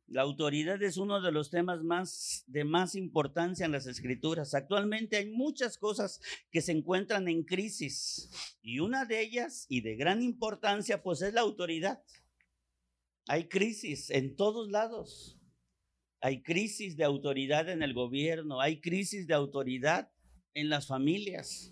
La autoridad es uno de los temas de más importancia en las Escrituras. Actualmente hay muchas cosas que se encuentran en crisis y una de ellas y de gran importancia pues es la autoridad. Hay crisis en todos lados. Hay crisis de autoridad en el gobierno, hay crisis de autoridad en las familias.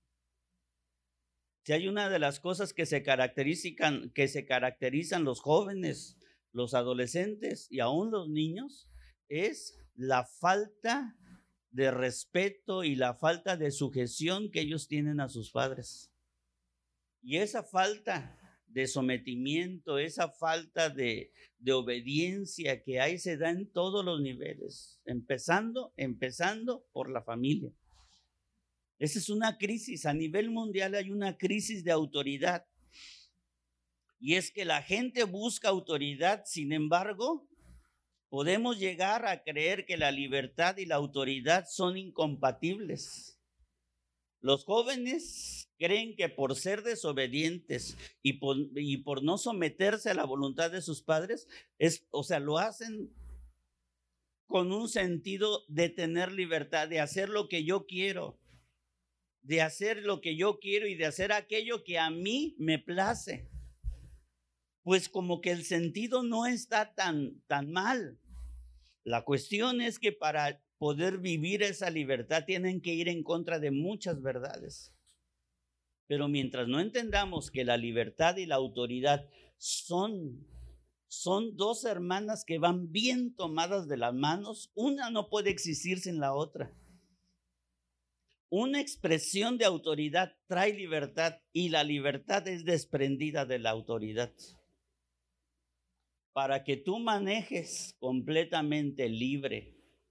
Si hay una de las cosas que se caracterizan los jóvenes, los adolescentes y aún los niños, es la falta de respeto y la falta de sujeción que ellos tienen a sus padres. Y esa falta de sometimiento, esa falta de obediencia que hay se da en todos los niveles, empezando por la familia. Esa es una crisis. A nivel mundial hay una crisis de autoridad. Y es que la gente busca autoridad, sin embargo, podemos llegar a creer que la libertad y la autoridad son incompatibles. Los jóvenes creen que por ser desobedientes y por no someterse a la voluntad de sus padres, lo hacen con un sentido de tener libertad, de hacer lo que yo quiero, de hacer lo que yo quiero y de hacer aquello que a mí me place. Pues como que el sentido no está tan mal. La cuestión es que para poder vivir esa libertad tienen que ir en contra de muchas verdades. Pero mientras no entendamos que la libertad y la autoridad son dos hermanas que van bien tomadas de las manos, una no puede existir sin la otra. Una expresión de autoridad trae libertad y la libertad es desprendida de la autoridad. Para que tú manejes completamente libre,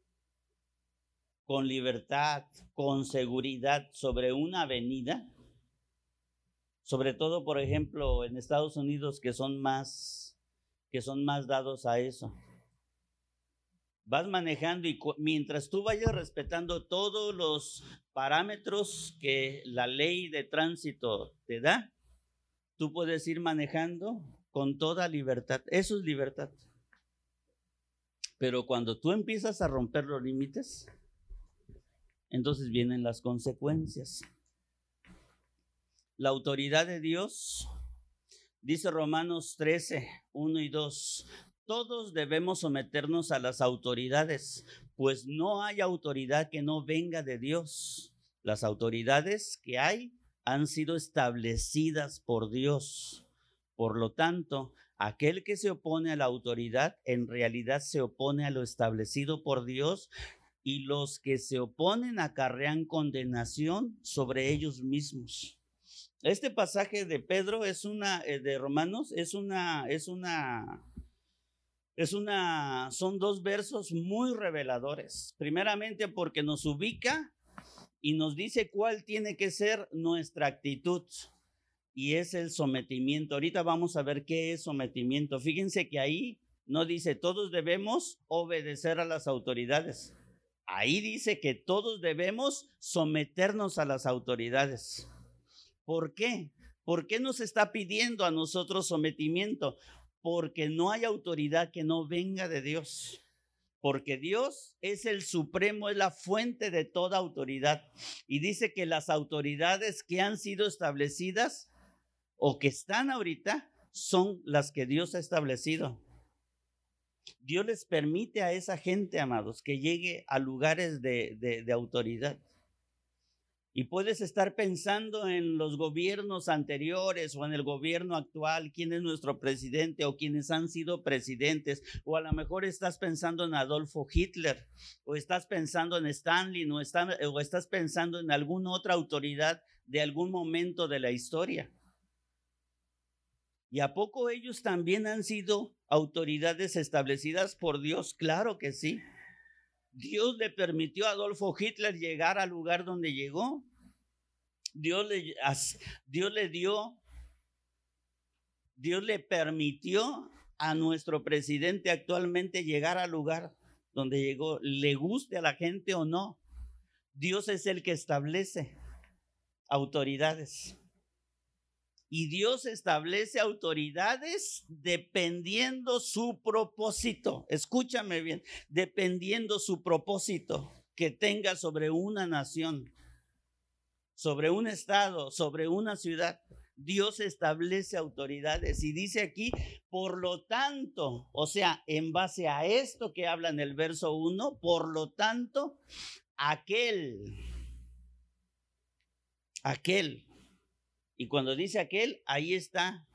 con libertad, con seguridad sobre una avenida, sobre todo, por ejemplo, en Estados Unidos que son más dados a eso. Vas manejando y mientras tú vayas respetando todos los parámetros que la ley de tránsito te da, tú puedes ir manejando con toda libertad. Eso es libertad. Pero cuando tú empiezas a romper los límites, entonces vienen las consecuencias. La autoridad de Dios, dice Romanos 13, 1 y 2, todos debemos someternos a las autoridades, pues no hay autoridad que no venga de Dios. Las autoridades que hay han sido establecidas por Dios. Por lo tanto, aquel que se opone a la autoridad en realidad se opone a lo establecido por Dios, y los que se oponen acarrean condenación sobre ellos mismos. Este pasaje de Pedro de Romanos son dos versos muy reveladores. Primeramente porque nos ubica y nos dice cuál tiene que ser nuestra actitud, y es el sometimiento. Ahorita vamos a ver qué es sometimiento. Fíjense que ahí no dice todos debemos obedecer a las autoridades. Ahí dice que todos debemos someternos a las autoridades. ¿Por qué? ¿Por qué nos está pidiendo a nosotros sometimiento? Porque no hay autoridad que no venga de Dios. Porque Dios es el supremo, es la fuente de toda autoridad. Y dice que las autoridades que han sido establecidas o que están ahorita son las que Dios ha establecido. Dios les permite a esa gente, amados, que llegue a lugares de autoridad. Y puedes estar pensando en los gobiernos anteriores o en el gobierno actual, quién es nuestro presidente o quienes han sido presidentes, o a lo mejor estás pensando en Adolfo Hitler, o estás pensando en Stalin, o estás pensando en alguna otra autoridad de algún momento de la historia. ¿Y a poco ellos también han sido autoridades establecidas por Dios? Claro que sí. Dios le permitió a Adolfo Hitler llegar al lugar donde llegó. Dios le permitió a nuestro presidente actualmente llegar al lugar donde llegó, le guste a la gente o no. Dios es el que establece autoridades. Y Dios establece autoridades dependiendo su propósito. Escúchame bien, dependiendo su propósito que tenga sobre una nación, sobre un estado, sobre una ciudad. Dios establece autoridades y dice aquí, por lo tanto, o sea, en base a esto que habla en el verso 1, por lo tanto, aquel, y cuando dice aquel, ahí está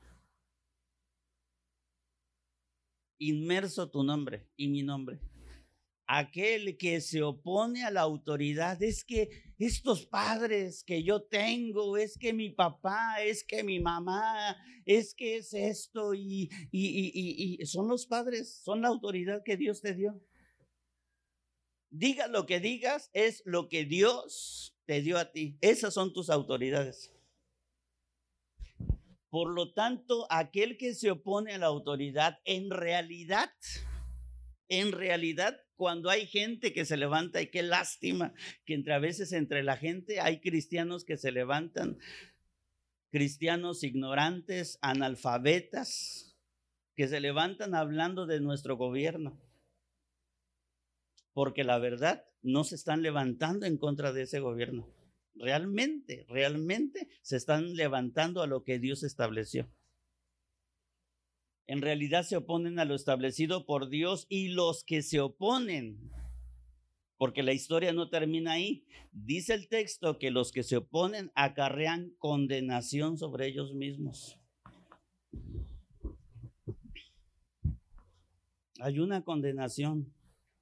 inmerso tu nombre y mi nombre. Aquel que se opone a la autoridad, es que estos padres que yo tengo, es que mi papá, es que mi mamá, es que es esto y son los padres, son la autoridad que Dios te dio. Diga lo que digas, es lo que Dios te dio a ti. Esas son tus autoridades. Por lo tanto, aquel que se opone a la autoridad, en realidad, cuando hay gente que se levanta, y qué lástima que a veces entre la gente hay cristianos que se levantan, cristianos ignorantes, analfabetas, que se levantan hablando de nuestro gobierno, porque la verdad no se están levantando en contra de ese gobierno. Realmente se están levantando a lo que Dios estableció. En realidad se oponen a lo establecido por Dios, y los que se oponen, porque la historia no termina ahí, dice el texto que los que se oponen acarrean condenación sobre ellos mismos. Hay una condenación.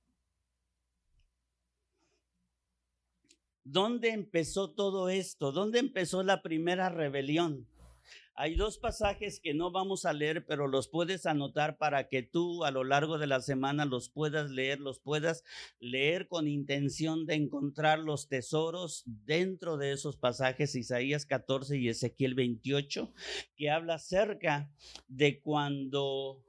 ¿Dónde empezó todo esto? ¿Dónde empezó la primera rebelión? Hay dos pasajes que no vamos a leer, pero los puedes anotar para que tú a lo largo de la semana los puedas leer con intención de encontrar los tesoros dentro de esos pasajes, Isaías 14 y Ezequiel 28, que habla acerca de cuando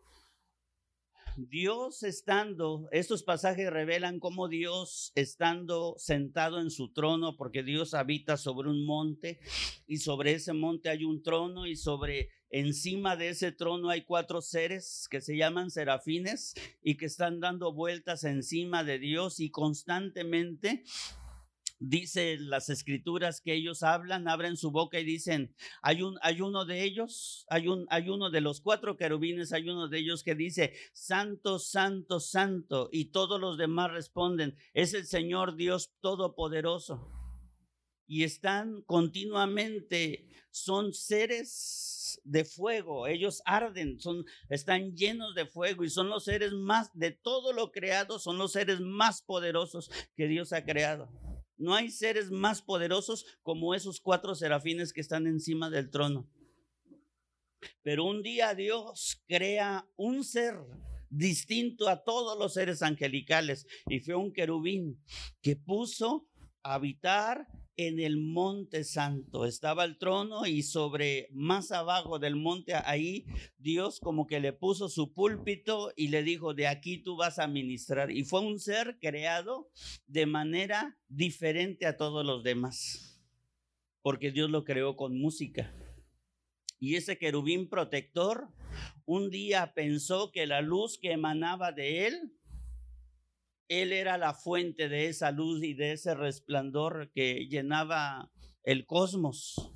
Dios estos pasajes revelan cómo Dios estando sentado en su trono, porque Dios habita sobre un monte y sobre ese monte hay un trono, y encima de ese trono hay 4 seres que se llaman serafines y que están dando vueltas encima de Dios, y constantemente dice las escrituras que ellos abren su boca y dicen, hay uno de ellos, hay uno de los 4 querubines, hay uno de ellos que dice, santo, santo, santo, y todos los demás responden, es el Señor Dios Todopoderoso. Y están continuamente, son seres de fuego, ellos arden, están llenos de fuego, y son los seres más, de todo lo creado, son los seres más poderosos que Dios ha creado. No hay seres más poderosos como esos 4 serafines que están encima del trono. Pero un día Dios crea un ser distinto a todos los seres angelicales, y fue un querubín que puso a habitar en el monte santo. Estaba el trono, y más abajo del monte, ahí Dios como que le puso su púlpito y le dijo, de aquí tú vas a ministrar. Y fue un ser creado de manera diferente a todos los demás, porque Dios lo creó con música. Y ese querubín protector un día pensó que la luz que emanaba de él era la fuente de esa luz y de ese resplandor que llenaba el cosmos.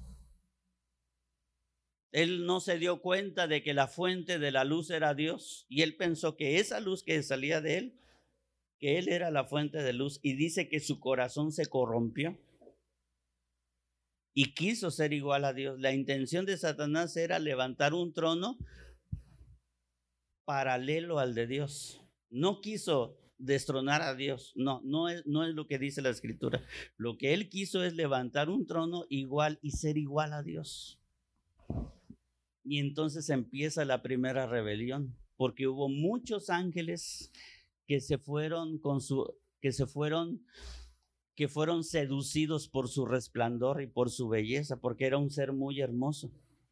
Él no se dio cuenta de que la fuente de la luz era Dios, y él pensó que esa luz que salía de él, que él era la fuente de luz, y dice que su corazón se corrompió y quiso ser igual a Dios. La intención de Satanás era levantar un trono paralelo al de Dios. No quiso destronar a Dios, no es lo que dice la escritura. Lo que él quiso es levantar un trono igual y ser igual a Dios. Y entonces empieza la primera rebelión, porque hubo muchos ángeles que fueron seducidos por su resplandor y por su belleza, porque era un ser muy hermoso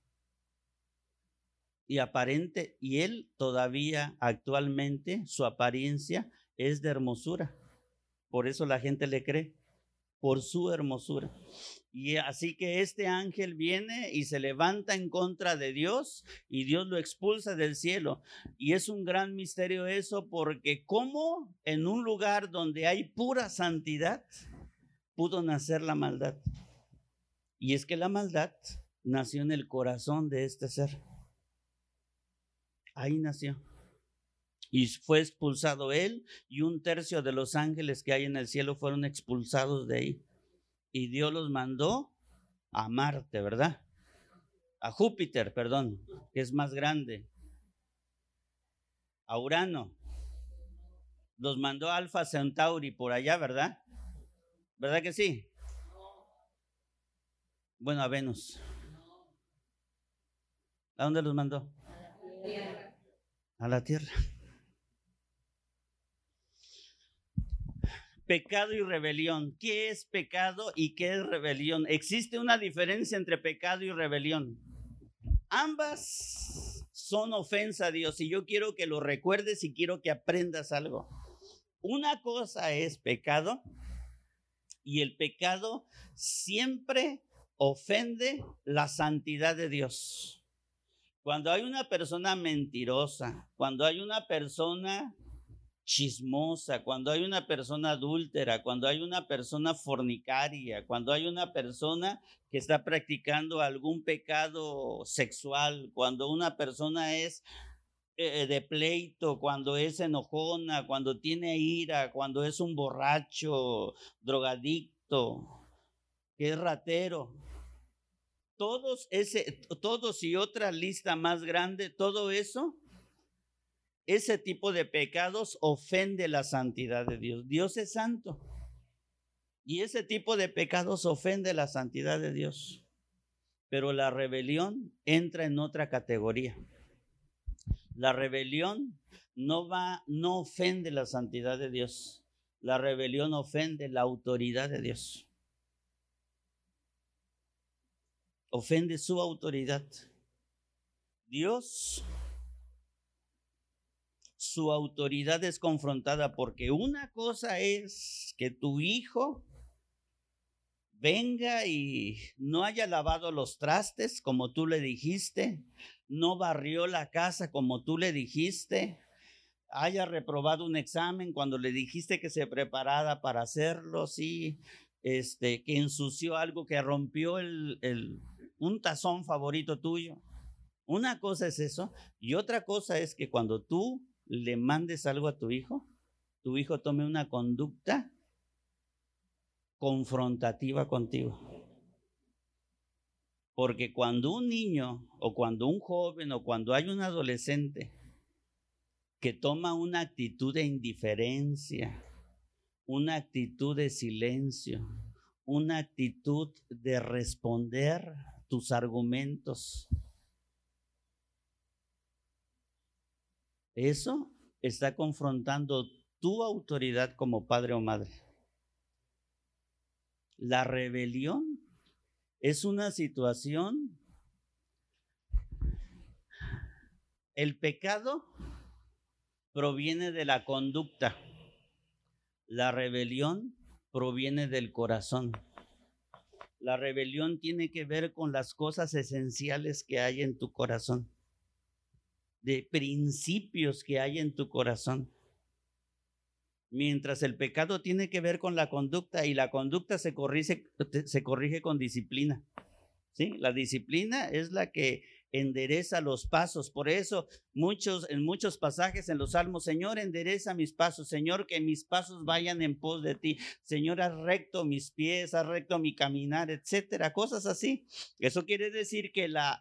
y él todavía actualmente su apariencia es de hermosura. Por eso la gente le cree, por su hermosura. Y así que este ángel viene y se levanta en contra de Dios y Dios lo expulsa del cielo. Y es un gran misterio eso, porque ¿cómo en un lugar donde hay pura santidad pudo nacer la maldad? Y es que la maldad nació en el corazón de este ser. Ahí nació. Y fue expulsado él, y 1/3 de los ángeles que hay en el cielo fueron expulsados de ahí. Y Dios los mandó a Marte, ¿verdad? A Júpiter, perdón, que es más grande. A Urano. Los mandó a Alfa Centauri por allá, ¿verdad? ¿Verdad que sí? Bueno, a Venus. ¿A dónde los mandó? A la Tierra. Pecado y rebelión. ¿Qué es pecado y qué es rebelión? Existe una diferencia entre pecado y rebelión. Ambas son ofensa a Dios y yo quiero que lo recuerdes y quiero que aprendas algo. Una cosa es pecado y el pecado siempre ofende la santidad de Dios. Cuando hay una persona mentirosa, cuando hay una persona chismosa, cuando hay una persona adúltera, cuando hay una persona fornicaria, cuando hay una persona que está practicando algún pecado sexual, cuando una persona es de pleito, cuando es enojona, cuando tiene ira, cuando es un borracho, drogadicto, que es ratero, todos y otra lista más grande, todo eso. Ese tipo de pecados ofende la santidad de Dios. Dios es santo. Y ese tipo de pecados ofende la santidad de Dios. Pero la rebelión entra en otra categoría. La rebelión no ofende la santidad de Dios. La rebelión ofende la autoridad de Dios. Ofende su autoridad. Dios, su autoridad es confrontada, porque una cosa es que tu hijo venga y no haya lavado los trastes como tú le dijiste, no barrió la casa como tú le dijiste, haya reprobado un examen cuando le dijiste que se preparara para hacerlo, sí, que ensució algo, que rompió un tazón favorito tuyo. Una cosa es eso, y otra cosa es que cuando tú le mandes algo a tu hijo tome una conducta confrontativa contigo. Porque cuando un niño o cuando un joven o cuando hay un adolescente que toma una actitud de indiferencia, una actitud de silencio, una actitud de responder tus argumentos, eso está confrontando tu autoridad como padre o madre. La rebelión es una situación. El pecado proviene de la conducta. La rebelión proviene del corazón. La rebelión tiene que ver con las cosas esenciales que hay en tu corazón, de principios que hay en tu corazón. Mientras el pecado tiene que ver con la conducta, y la conducta se corrige con disciplina. ¿Sí? La disciplina es la que endereza los pasos. Por eso en muchos pasajes en los salmos: Señor, endereza mis pasos, Señor, que mis pasos vayan en pos de ti, Señor, haz recto mis pies, haz recto mi caminar, etcétera, cosas así. Eso quiere decir que la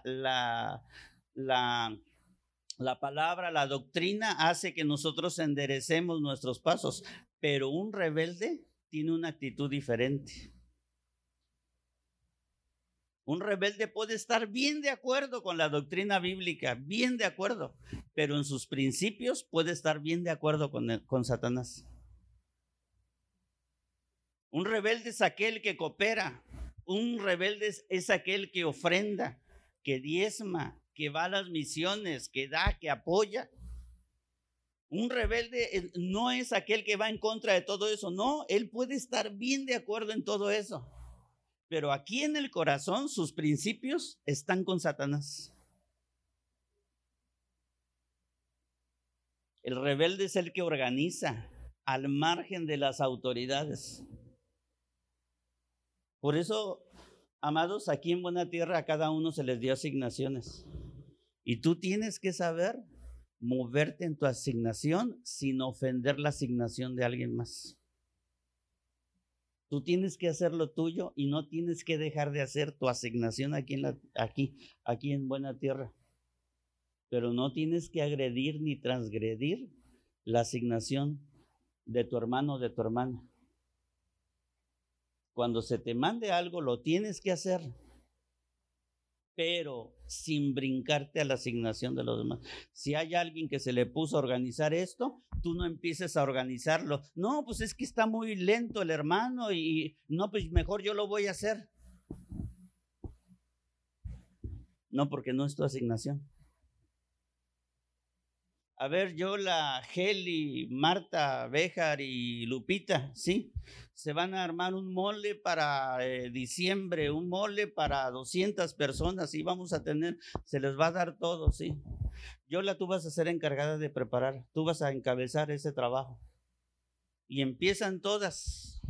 palabra, la doctrina hace que nosotros enderecemos nuestros pasos, pero un rebelde tiene una actitud diferente. Un rebelde puede estar bien de acuerdo con la doctrina bíblica, bien de acuerdo, pero en sus principios puede estar bien de acuerdo con Satanás. Un rebelde es aquel que coopera, un rebelde es aquel que ofrenda, que diezma, que va a las misiones, que da, que apoya. Un rebelde no es aquel que va en contra de todo eso, no, él puede estar bien de acuerdo en todo eso, pero aquí en el corazón sus principios están con Satanás. El rebelde es el que organiza al margen de las autoridades. Por eso, amados, aquí en Buena Tierra a cada uno se les dio asignaciones. Y tú tienes que saber moverte en tu asignación sin ofender la asignación de alguien más. Tú tienes que hacer lo tuyo y no tienes que dejar de hacer tu asignación aquí en Buena Tierra. Pero no tienes que agredir ni transgredir la asignación de tu hermano o de tu hermana. Cuando se te mande algo, lo tienes que hacer, pero sin brincarte a la asignación de los demás. Si hay alguien que se le puso a organizar esto, tú no empieces a organizarlo. No, pues es que está muy lento el hermano y no, pues mejor yo lo voy a hacer. No, porque no es tu asignación. A ver, Yola, Geli, Marta, Béjar y Lupita, ¿sí? Se van a armar un mole para diciembre, un mole para 200 personas y vamos a tener, se les va a dar todo, ¿sí? Yola, tú vas a ser encargada de preparar, tú vas a encabezar ese trabajo. Y empiezan todas.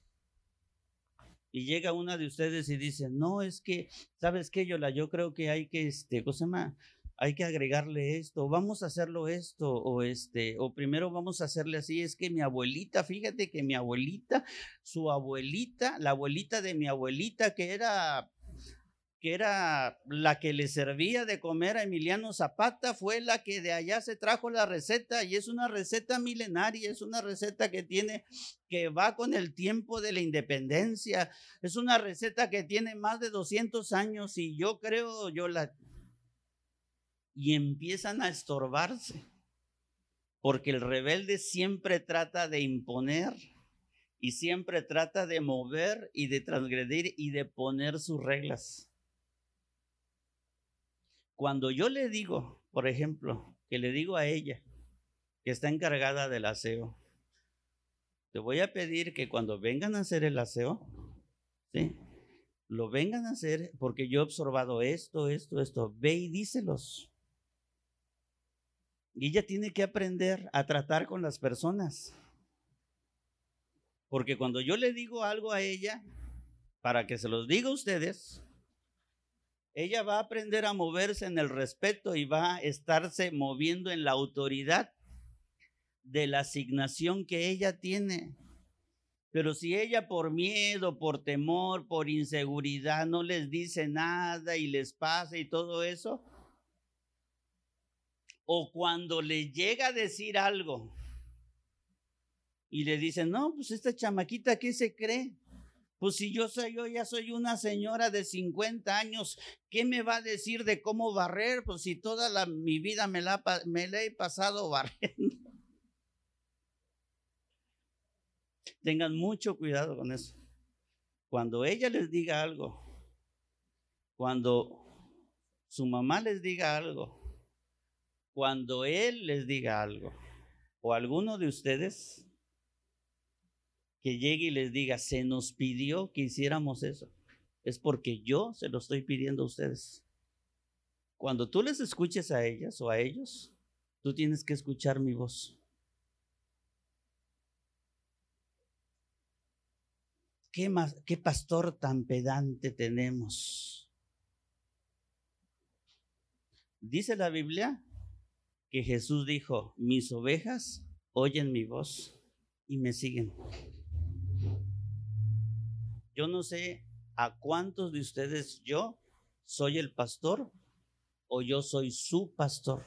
Y llega una de ustedes y dice, no, es que, ¿sabes qué, Yola? Yo creo que hay que, ¿cómo se llama? Hay que agregarle esto, vamos a hacerlo esto, o primero vamos a hacerle así, es que mi abuelita, fíjate que mi abuelita, su abuelita, la abuelita de mi abuelita, que era la que le servía de comer a Emiliano Zapata, fue la que de allá se trajo la receta, y es una receta milenaria, es una receta que va con el tiempo de la independencia, es una receta que tiene más de 200 años, y yo creo, y empiezan a estorbarse, porque el rebelde siempre trata de imponer y siempre trata de mover y de transgredir y de poner sus reglas. Cuando yo le digo, por ejemplo, que le digo a ella, que está encargada del aseo, te voy a pedir que cuando vengan a hacer el aseo, ¿sí?, lo vengan a hacer porque yo he observado esto, ve y díselos. Y ella tiene que aprender a tratar con las personas. Porque cuando yo le digo algo a ella, para que se los diga a ustedes, ella va a aprender a moverse en el respeto y va a estarse moviendo en la autoridad de la asignación que ella tiene. Pero si ella por miedo, por temor, por inseguridad no les dice nada y les pasa y todo eso, o cuando le llega a decir algo y le dicen, no, pues esta chamaquita, ¿qué se cree? Pues si yo ya soy una señora de 50 años, ¿qué me va a decir de cómo barrer? Pues si toda mi vida me la he pasado barriendo. Tengan mucho cuidado con eso. Cuando ella les diga algo, cuando su mamá les diga algo, cuando él les diga algo, o alguno de ustedes que llegue y les diga, se nos pidió que hiciéramos eso, es porque yo se lo estoy pidiendo a ustedes. Cuando tú les escuches a ellas o a ellos, tú tienes que escuchar mi voz. ¿Qué pastor tan pedante tenemos? Dice la Biblia que Jesús dijo, mis ovejas oyen mi voz y me siguen. Yo no sé a cuántos de ustedes yo soy el pastor o yo soy su pastor.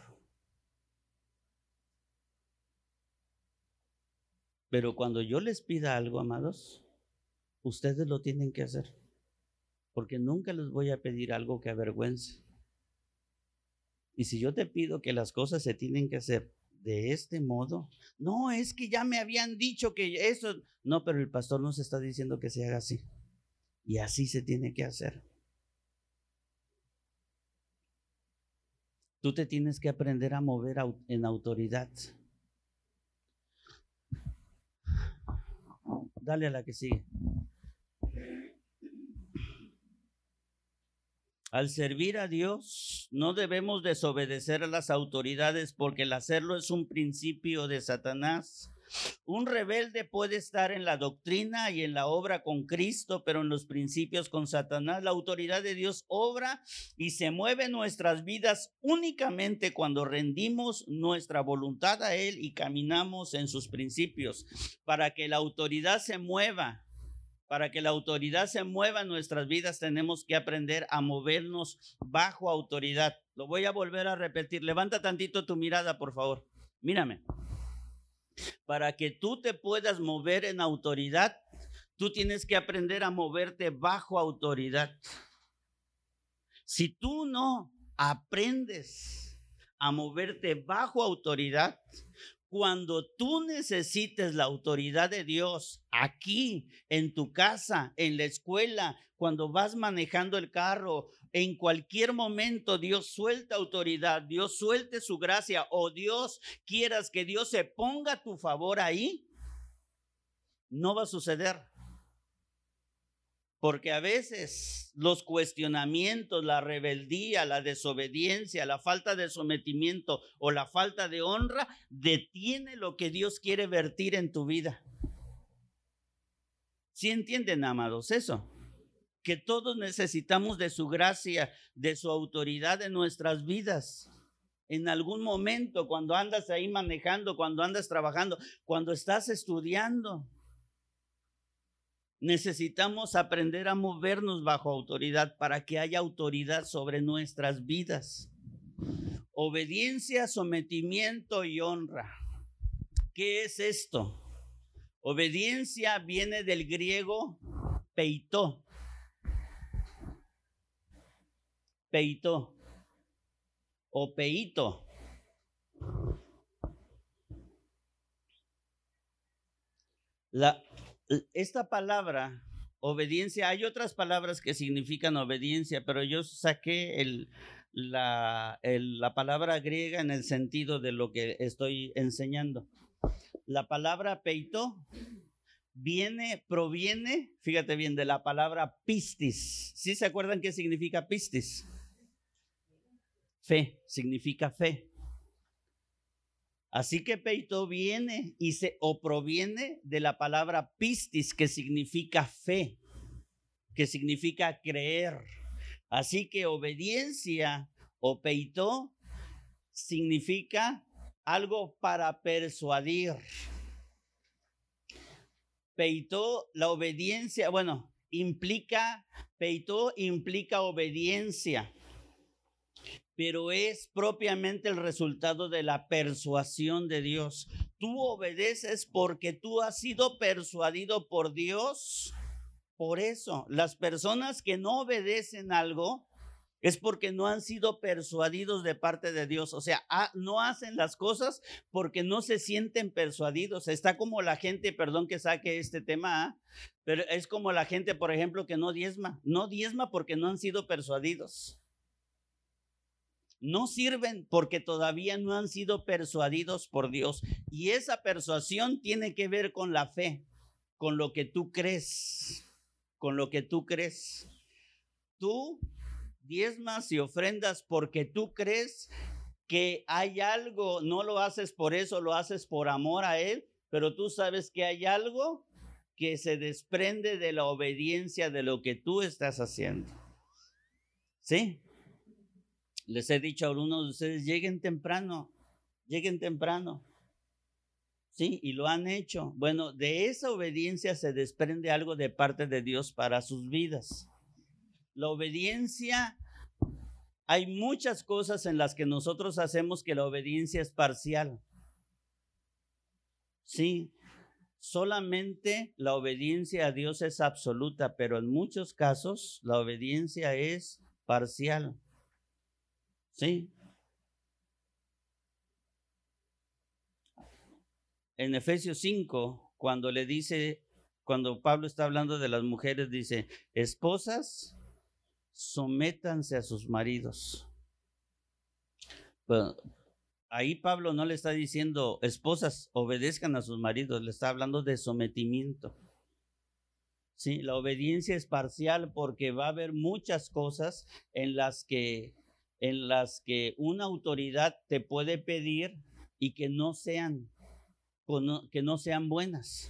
Pero cuando yo les pida algo, amados, ustedes lo tienen que hacer, porque nunca les voy a pedir algo que avergüence. Y si yo te pido que las cosas se tienen que hacer de este modo, no, es que ya me habían dicho que eso, no, pero el pastor nos está diciendo que se haga así. Y así se tiene que hacer. Tú te tienes que aprender a mover en autoridad. Dale a la que sigue. Al servir a Dios, no debemos desobedecer a las autoridades porque el hacerlo es un principio de Satanás. Un rebelde puede estar en la doctrina y en la obra con Cristo, pero en los principios con Satanás. La autoridad de Dios obra y se mueve en nuestras vidas únicamente cuando rendimos nuestra voluntad a Él y caminamos en sus principios. Para que la autoridad se mueva, en nuestras vidas, tenemos que aprender a movernos bajo autoridad. Lo voy a volver a repetir. Levanta tantito tu mirada, por favor. Mírame. Para que tú te puedas mover en autoridad, tú tienes que aprender a moverte bajo autoridad. Si tú no aprendes a moverte bajo autoridad, cuando tú necesites la autoridad de Dios aquí, en tu casa, en la escuela, cuando vas manejando el carro, en cualquier momento Dios suelta autoridad, Dios suelte su gracia o Dios quieras que Dios se ponga a tu favor ahí, no va a suceder. Porque a veces los cuestionamientos, la rebeldía, la desobediencia, la falta de sometimiento o la falta de honra detiene lo que Dios quiere vertir en tu vida. ¿Sí entienden, amados, eso? Que todos necesitamos de su gracia, de su autoridad en nuestras vidas. En algún momento, cuando andas ahí manejando, cuando andas trabajando, cuando estás estudiando, necesitamos aprender a movernos bajo autoridad para que haya autoridad sobre nuestras vidas. Obediencia, sometimiento y honra. ¿Qué es esto? Obediencia viene del griego peitó. Peitó o peito. Esta palabra, obediencia, hay otras palabras que significan obediencia, pero yo saqué la palabra griega en el sentido de lo que estoy enseñando. La palabra peito proviene, fíjate bien, de la palabra pistis. ¿Sí se acuerdan qué significa pistis? Fe, significa fe. Así que peito viene o proviene de la palabra pistis, que significa fe, que significa creer. Así que obediencia o peito significa algo para persuadir. Peito, la obediencia, peito implica obediencia, pero es propiamente el resultado de la persuasión de Dios. Tú obedeces porque tú has sido persuadido por Dios. Por eso, las personas que no obedecen algo es porque no han sido persuadidos de parte de Dios. O sea, no hacen las cosas porque no se sienten persuadidos. Está como la gente, perdón que saque este tema, pero es como la gente, por ejemplo, que no diezma. No diezma porque no han sido persuadidos. No sirven porque todavía no han sido persuadidos por Dios. Y esa persuasión tiene que ver con la fe, con lo que tú crees, con lo que tú crees. Tú diezmas y ofrendas porque tú crees que hay algo, no lo haces por eso, lo haces por amor a Él, pero tú sabes que hay algo que se desprende de la obediencia de lo que tú estás haciendo. ¿Sí? Les he dicho a algunos de ustedes, lleguen temprano. Sí, y lo han hecho. Bueno, de esa obediencia se desprende algo de parte de Dios para sus vidas. La obediencia, hay muchas cosas en las que nosotros hacemos que la obediencia es parcial. Sí, solamente la obediencia a Dios es absoluta, pero en muchos casos la obediencia es parcial. Sí. En Efesios 5, cuando Pablo está hablando de las mujeres, dice, esposas, sométanse a sus maridos. Pero ahí Pablo no le está diciendo, esposas, obedezcan a sus maridos, le está hablando de sometimiento. Sí, la obediencia es parcial porque va a haber muchas cosas en las que una autoridad te puede pedir y que no sean buenas.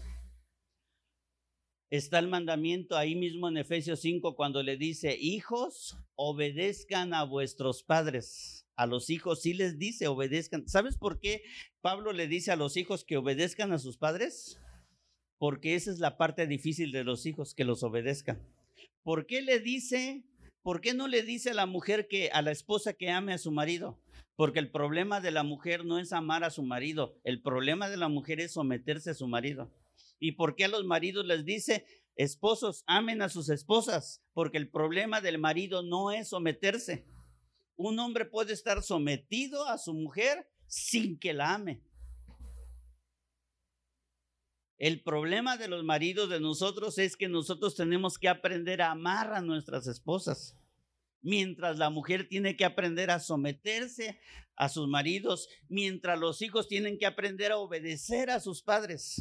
Está el mandamiento ahí mismo en Efesios 5 cuando le dice: hijos, obedezcan a vuestros padres. A los hijos sí les dice obedezcan. ¿Sabes por qué Pablo le dice a los hijos que obedezcan a sus padres? Porque esa es la parte difícil de los hijos, que los obedezcan. ¿Por qué no le dice a la mujer a la esposa que ame a su marido? Porque el problema de la mujer no es amar a su marido, el problema de la mujer es someterse a su marido. ¿Y por qué a los maridos les dice: esposos, amen a sus esposas? Porque el problema del marido no es someterse. Un hombre puede estar sometido a su mujer sin que la ame. El problema de los maridos de nosotros es que nosotros tenemos que aprender a amar a nuestras esposas, mientras la mujer tiene que aprender a someterse a sus maridos, mientras los hijos tienen que aprender a obedecer a sus padres.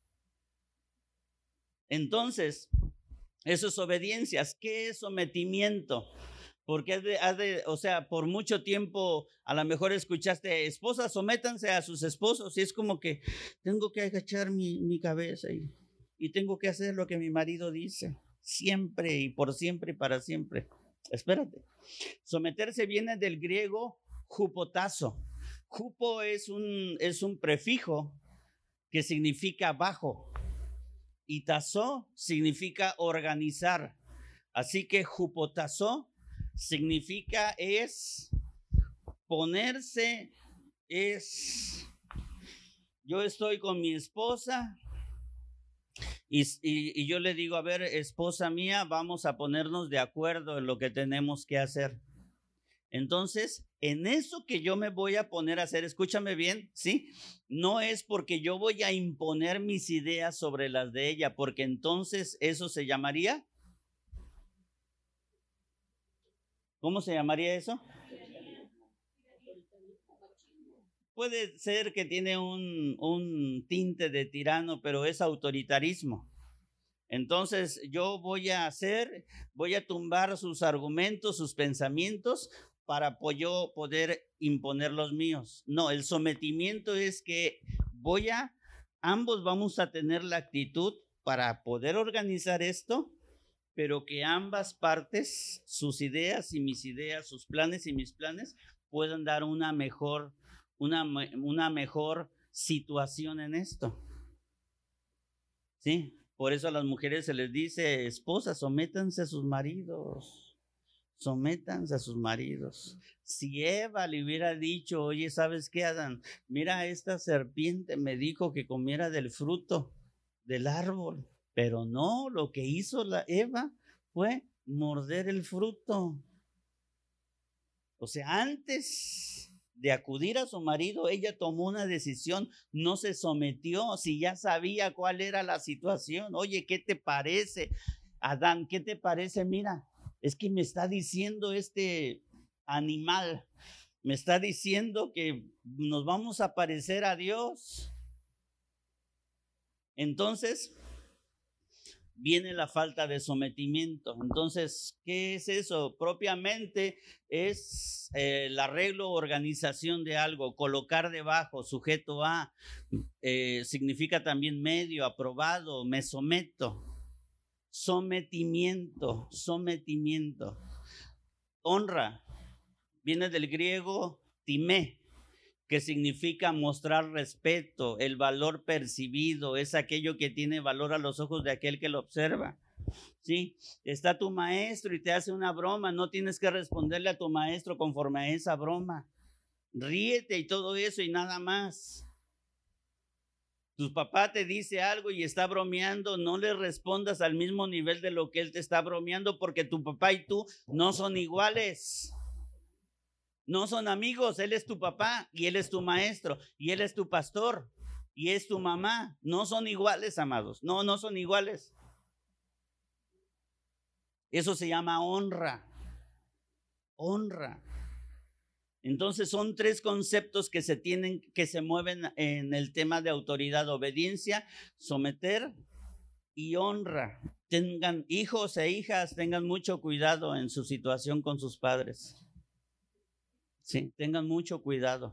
Entonces, eso es obediencia. ¿Qué es sometimiento? Porque por mucho tiempo a lo mejor escuchaste: esposas, sométanse a sus esposos, y es como que tengo que agachar mi cabeza y tengo que hacer lo que mi marido dice, siempre y por siempre y para siempre. Espérate. Someterse viene del griego hupotazo. Hupo es un prefijo que significa bajo, y tazo significa organizar. Así que hupotazo significa ponerse, yo estoy con mi esposa y yo le digo: a ver, esposa mía, vamos a ponernos de acuerdo en lo que tenemos que hacer. Entonces, en eso que yo me voy a poner a hacer, escúchame bien, ¿sí? No es porque yo voy a imponer mis ideas sobre las de ella, porque entonces eso se llamaría, ¿cómo se llamaría eso? Puede ser que tiene un tinte de tirano, pero es autoritarismo. Entonces yo voy a tumbar sus argumentos, sus pensamientos, para yo poder imponer los míos. No, el sometimiento es que ambos vamos a tener la actitud para poder organizar esto, pero que ambas partes, sus ideas y mis ideas, sus planes y mis planes, puedan dar una mejor situación en esto. ¿Sí? Por eso a las mujeres se les dice: esposas, sométanse a sus maridos. Sométanse a sus maridos. Si Eva le hubiera dicho: oye, ¿sabes qué, Adán? Mira, esta serpiente me dijo que comiera del fruto del árbol. Pero no, lo que hizo Eva fue morder el fruto. O sea, antes de acudir a su marido, ella tomó una decisión, no se sometió, si ya sabía cuál era la situación. Oye, ¿qué te parece, Adán? ¿Qué te parece? Mira, es que me está diciendo este animal, me está diciendo que nos vamos a parecer a Dios. Entonces viene la falta de sometimiento. Entonces, ¿qué es eso? Propiamente es el arreglo o organización de algo, colocar debajo, sujeto a, significa también medio, aprobado, me someto. Sometimiento. Honra viene del griego timé, que significa mostrar respeto, el valor percibido, es aquello que tiene valor a los ojos de aquel que lo observa. ¿Sí? Está tu maestro y te hace una broma, no tienes que responderle a tu maestro conforme a esa broma. Ríete y todo eso y nada más. Tu papá te dice algo y está bromeando, no le respondas al mismo nivel de lo que él te está bromeando, porque tu papá y tú no son iguales. No son amigos. Él es tu papá y él es tu maestro y él es tu pastor y es tu mamá. No son iguales, amados. No son iguales. Eso se llama honra. Honra. Entonces son tres conceptos que se mueven en el tema de autoridad: obediencia, someter y honra. Tengan hijos e hijas, tengan mucho cuidado en su situación con sus padres. Sí, tengan mucho cuidado.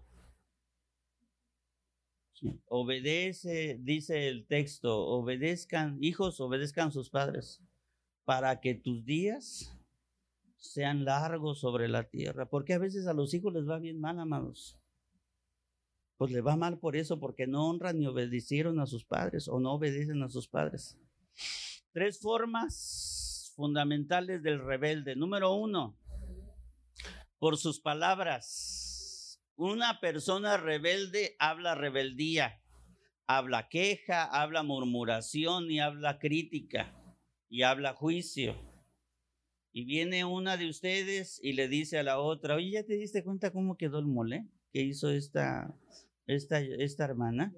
Sí. Obedece, dice el texto, obedezcan, hijos, obedezcan a sus padres, para que tus días sean largos sobre la tierra. Porque a veces a los hijos les va bien mal, amados. Pues les va mal por eso, porque no honran ni obedecieron a sus padres o no obedecen a sus padres. 3 formas fundamentales del rebelde. Número 1, por sus palabras. Una persona rebelde habla rebeldía, habla queja, habla murmuración y habla crítica y habla juicio. Y viene una de ustedes y le dice a la otra, oye, ¿ya te diste cuenta cómo quedó el mole que hizo esta hermana?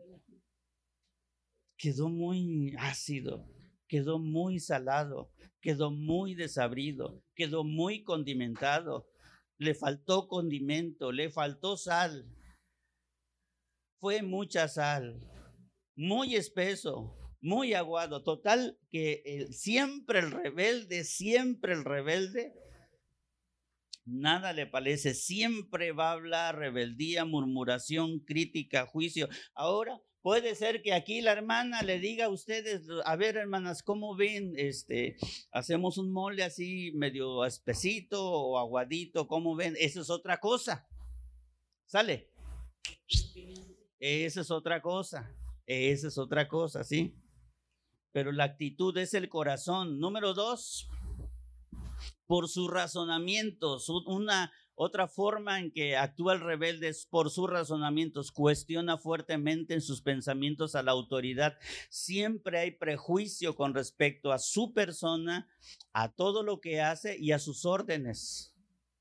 Quedó muy ácido, quedó muy salado, quedó muy desabrido, quedó muy condimentado. Le faltó condimento, le faltó sal. Fue mucha sal, muy espeso, muy aguado. Total que siempre el rebelde, nada le parece, siempre va a hablar rebeldía, murmuración, crítica, juicio. Ahora puede ser que aquí la hermana le diga a ustedes, a ver, hermanas, ¿cómo ven? Hacemos un mole así medio espesito o aguadito, ¿cómo ven? Eso es otra cosa. ¿Sale? Esa es otra cosa. Esa es otra cosa, ¿sí? Pero la actitud es el corazón. Número 2, por sus razonamientos. Otra forma en que actúa el rebelde es por sus razonamientos. Cuestiona fuertemente en sus pensamientos a la autoridad. Siempre hay prejuicio con respecto a su persona, a todo lo que hace y a sus órdenes.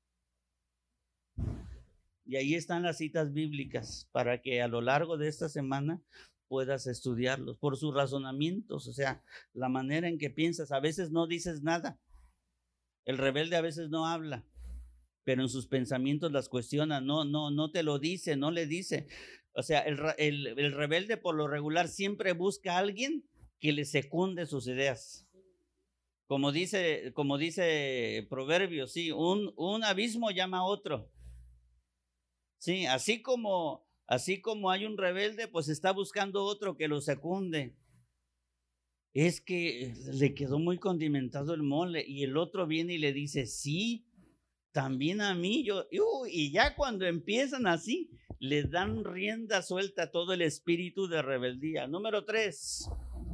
Y ahí están las citas bíblicas para que a lo largo de esta semana puedas estudiarlos por sus razonamientos, o sea, la manera en que piensas. A veces no dices nada. El rebelde a veces no habla, pero en sus pensamientos las cuestiona, no te lo dice, no le dice. O sea, el rebelde por lo regular siempre busca a alguien que le secunde sus ideas. Como dice Proverbios, sí, un abismo llama a otro. Sí, así como hay un rebelde, pues está buscando otro que lo secunde. Es que le quedó muy condimentado el mole y el otro viene y le dice, sí, también a mí, y ya cuando empiezan así, les dan rienda suelta a todo el espíritu de rebeldía. Número 3,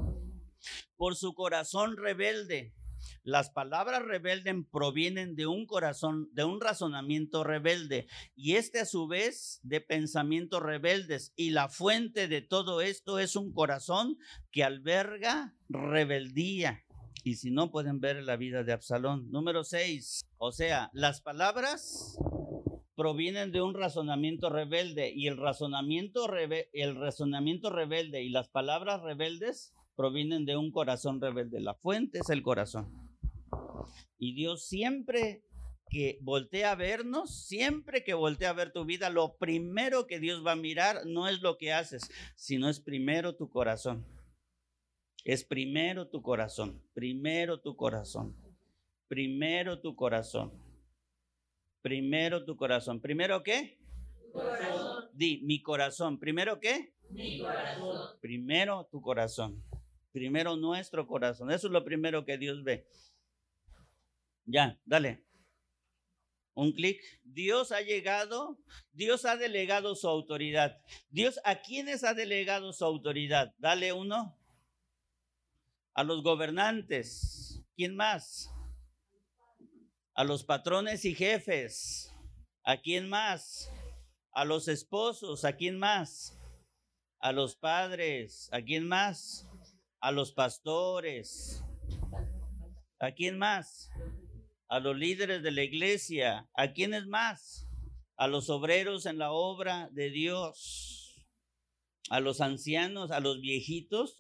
por su corazón rebelde. Las palabras rebelden provienen de un corazón, de un razonamiento rebelde, y a su vez de pensamientos rebeldes, y la fuente de todo esto es un corazón que alberga rebeldía. Y si no, pueden ver la vida de Absalón. Número 6, o sea, las palabras provienen de un razonamiento rebelde, y el razonamiento rebelde y las palabras rebeldes provienen de un corazón rebelde. La fuente es el corazón. Y Dios siempre que voltea a vernos, siempre que voltea a ver tu vida, lo primero que Dios va a mirar no es lo que haces, sino es primero tu corazón. Es primero tu corazón, primero tu corazón, primero tu corazón, primero tu corazón. ¿Primero qué? Corazón. Di, mi corazón. ¿Primero qué? Mi corazón. Primero tu corazón. Primero nuestro corazón. Eso es lo primero que Dios ve. Ya, dale. Un clic. Dios ha delegado su autoridad. Dios, ¿a quiénes ha delegado su autoridad? Dale uno. A los gobernantes. ¿Quién más? A los patrones y jefes. ¿A quién más? A los esposos. ¿A quién más? A los padres. ¿A quién más? A los pastores. ¿A quién más? A los líderes de la iglesia. ¿A quiénes más? A los obreros en la obra de Dios. A los ancianos, a los viejitos,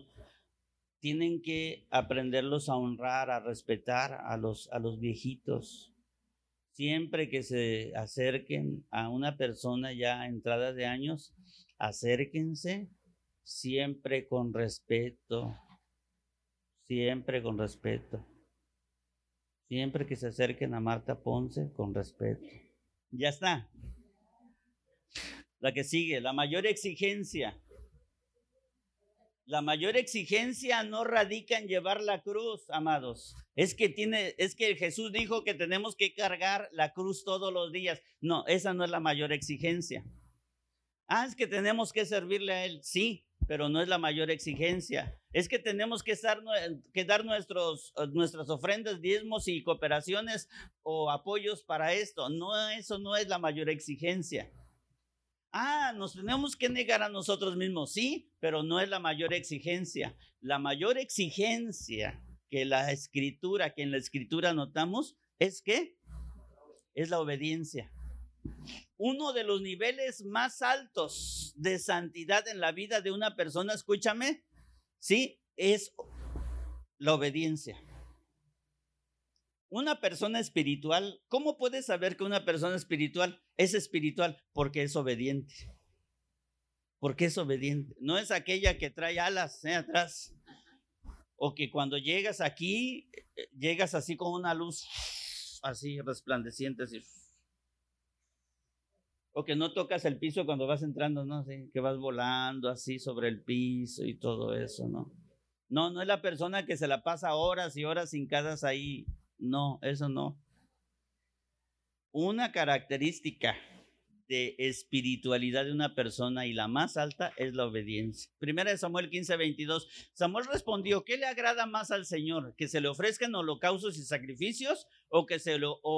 tienen que aprenderlos a honrar, a respetar a los viejitos. Siempre que se acerquen a una persona ya entrada de años, acérquense siempre con respeto. siempre con respeto. Siempre que se acerquen a Marta Ponce, con respeto. Ya está. La que sigue, la mayor exigencia. La mayor exigencia no radica en llevar la cruz, amados. Es que Jesús dijo que tenemos que cargar la cruz todos los días. No, esa no es la mayor exigencia. Es que tenemos que servirle a Él. Sí, pero no es la mayor exigencia. Es que tenemos que dar nuestras ofrendas, diezmos y cooperaciones o apoyos para esto. No, eso no es la mayor exigencia. Nos tenemos que negar a nosotros mismos, sí, pero no es la mayor exigencia. La mayor exigencia que en la Escritura notamos es ¿qué? Es la obediencia. Uno de los niveles más altos de santidad en la vida de una persona, escúchame, sí, es la obediencia. Una persona espiritual, ¿cómo puedes saber que una persona espiritual es espiritual? Porque es obediente. Porque es obediente. No es aquella que trae alas atrás. O que cuando llegas aquí, llegas así con una luz así resplandeciente, así. O que no tocas el piso cuando vas entrando, ¿no? Sí, que vas volando así sobre el piso y todo eso, ¿no? No es la persona que se la pasa horas y horas hincadas ahí. No, eso no. Una característica de espiritualidad de una persona y la más alta es la obediencia. Primera de Samuel 15:22. Samuel respondió: ¿qué le agrada más al Señor? ¿Que se le ofrezcan holocaustos y sacrificios? ¿O que se lo...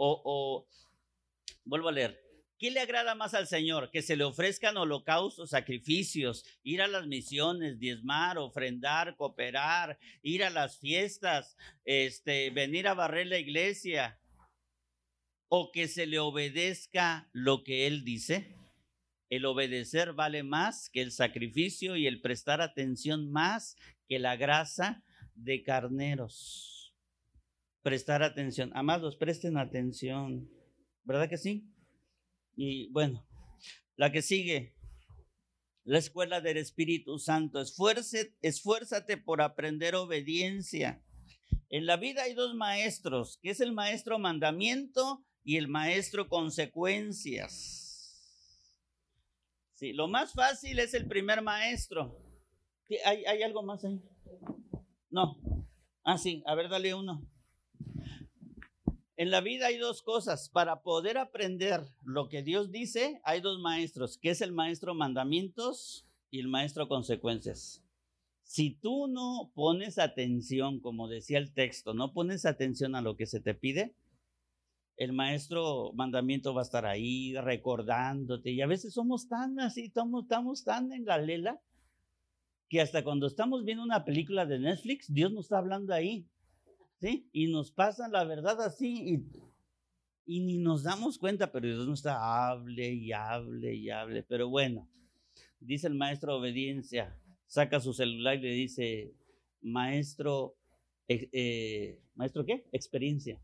Vuelvo a leer. ¿Qué le agrada más al Señor? Que se le ofrezcan holocaustos, sacrificios, ir a las misiones, diezmar, ofrendar, cooperar, ir a las fiestas, venir a barrer la iglesia, o que se le obedezca lo que Él dice. El obedecer vale más que el sacrificio y el prestar atención más que la grasa de carneros. Prestar atención. Amados, presten atención. ¿Verdad que sí? Y bueno, la que sigue, la escuela del Espíritu Santo. Esfuérzate por aprender obediencia. En la vida hay dos maestros, que es el maestro mandamiento y el maestro consecuencias. Sí, lo más fácil es el primer maestro. ¿Hay algo más ahí? No. Sí, a ver, dale uno. En la vida hay dos cosas. Para poder aprender lo que Dios dice, hay dos maestros, que es el maestro mandamientos y el maestro consecuencias. Si tú no pones atención, como decía el texto, no pones atención a lo que se te pide, el maestro mandamiento va a estar ahí recordándote. Y a veces somos tan así, estamos tan en la lela, que hasta cuando estamos viendo una película de Netflix, Dios nos está hablando ahí. ¿Sí? Y nos pasan la verdad así y ni nos damos cuenta, pero Dios nos está hable y hable y hable. Pero bueno, dice el maestro obediencia, saca su celular y le dice: maestro, ¿maestro qué? Experiencia.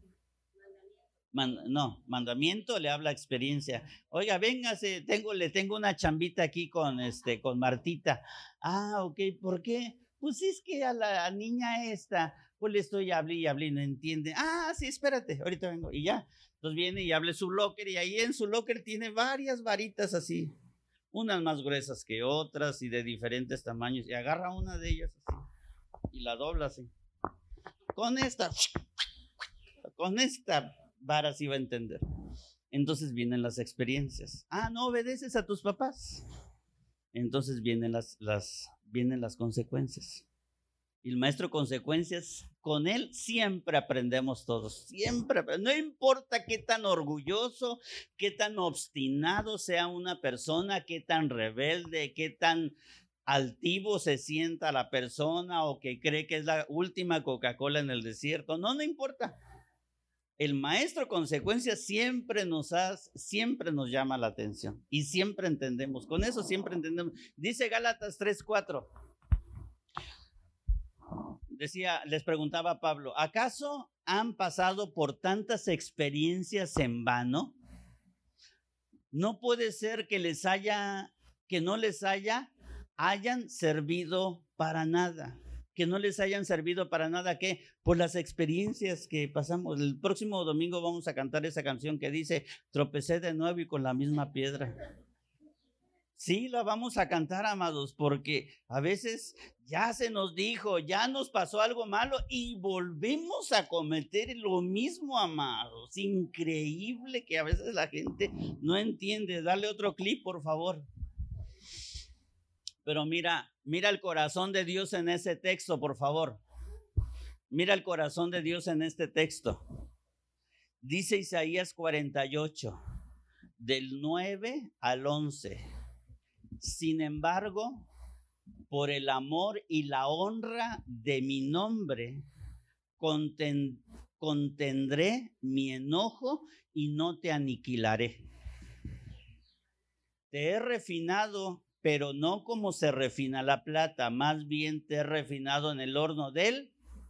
Mandamiento le habla experiencia. Oiga, véngase, le tengo una chambita aquí con Martita. Ok, ¿por qué? Pues es que a la niña esta, pues le estoy hablando y hablé y no entiende. Sí, espérate, ahorita vengo. Y ya, entonces viene y abre su locker y ahí en su locker tiene varias varitas así, unas más gruesas que otras y de diferentes tamaños, y agarra una de ellas así y la dobla así. Con esta vara sí va a entender. Entonces vienen las experiencias. No obedeces a tus papás. Entonces vienen las consecuencias. Y el maestro consecuencias, con él siempre aprendemos todos. Siempre. No importa qué tan orgulloso, qué tan obstinado sea una persona, qué tan rebelde, qué tan altivo se sienta la persona o que cree que es la última Coca-Cola en el desierto. No importa. El maestro consecuencias siempre nos llama la atención y siempre entendemos. Con eso siempre entendemos. Dice Gálatas 3:4. Les preguntaba Pablo: ¿acaso han pasado por tantas experiencias en vano? No puede ser que no les hayan servido para nada. que no les hayan servido para nada, ¿qué? Por las experiencias que pasamos. El próximo domingo vamos a cantar esa canción que dice, tropecé de nuevo y con la misma piedra. Sí, la vamos a cantar, amados, porque a veces ya se nos dijo, ya nos pasó algo malo y volvemos a cometer lo mismo, amados. Increíble que a veces la gente no entiende. Dale otro clip, por favor. Pero mira el corazón de Dios en ese texto, por favor. Mira el corazón de Dios en este texto. Dice Isaías 48, del 9 al 11. Sin embargo, por el amor y la honra de mi nombre, contendré mi enojo y no te aniquilaré. Te he refinado, pero no como se refina la plata, más bien te he refinado en el horno del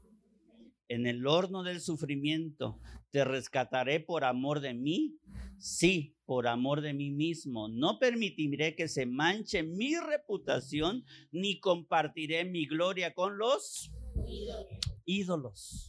sufrimiento. Te rescataré por amor de mí, sí, por amor de mí mismo. No permitiré que se manche mi reputación, ni compartiré mi gloria con los ídolos.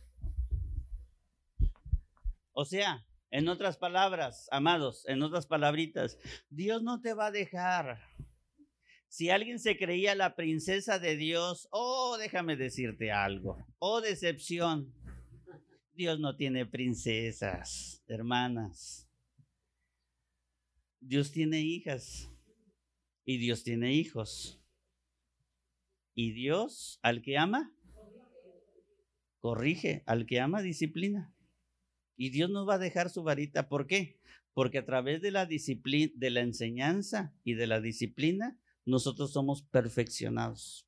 O sea, en otras palabras, amados, en otras palabritas, Dios no te va a dejar. Si alguien se creía la princesa de Dios, déjame decirte algo, decepción. Dios no tiene princesas, hermanas. Dios tiene hijas y Dios tiene hijos. Y Dios, al que ama, corrige, al que ama, disciplina. Y Dios no va a dejar su varita. ¿Por qué? Porque a través de la disciplina, de la enseñanza y de la disciplina, nosotros somos perfeccionados.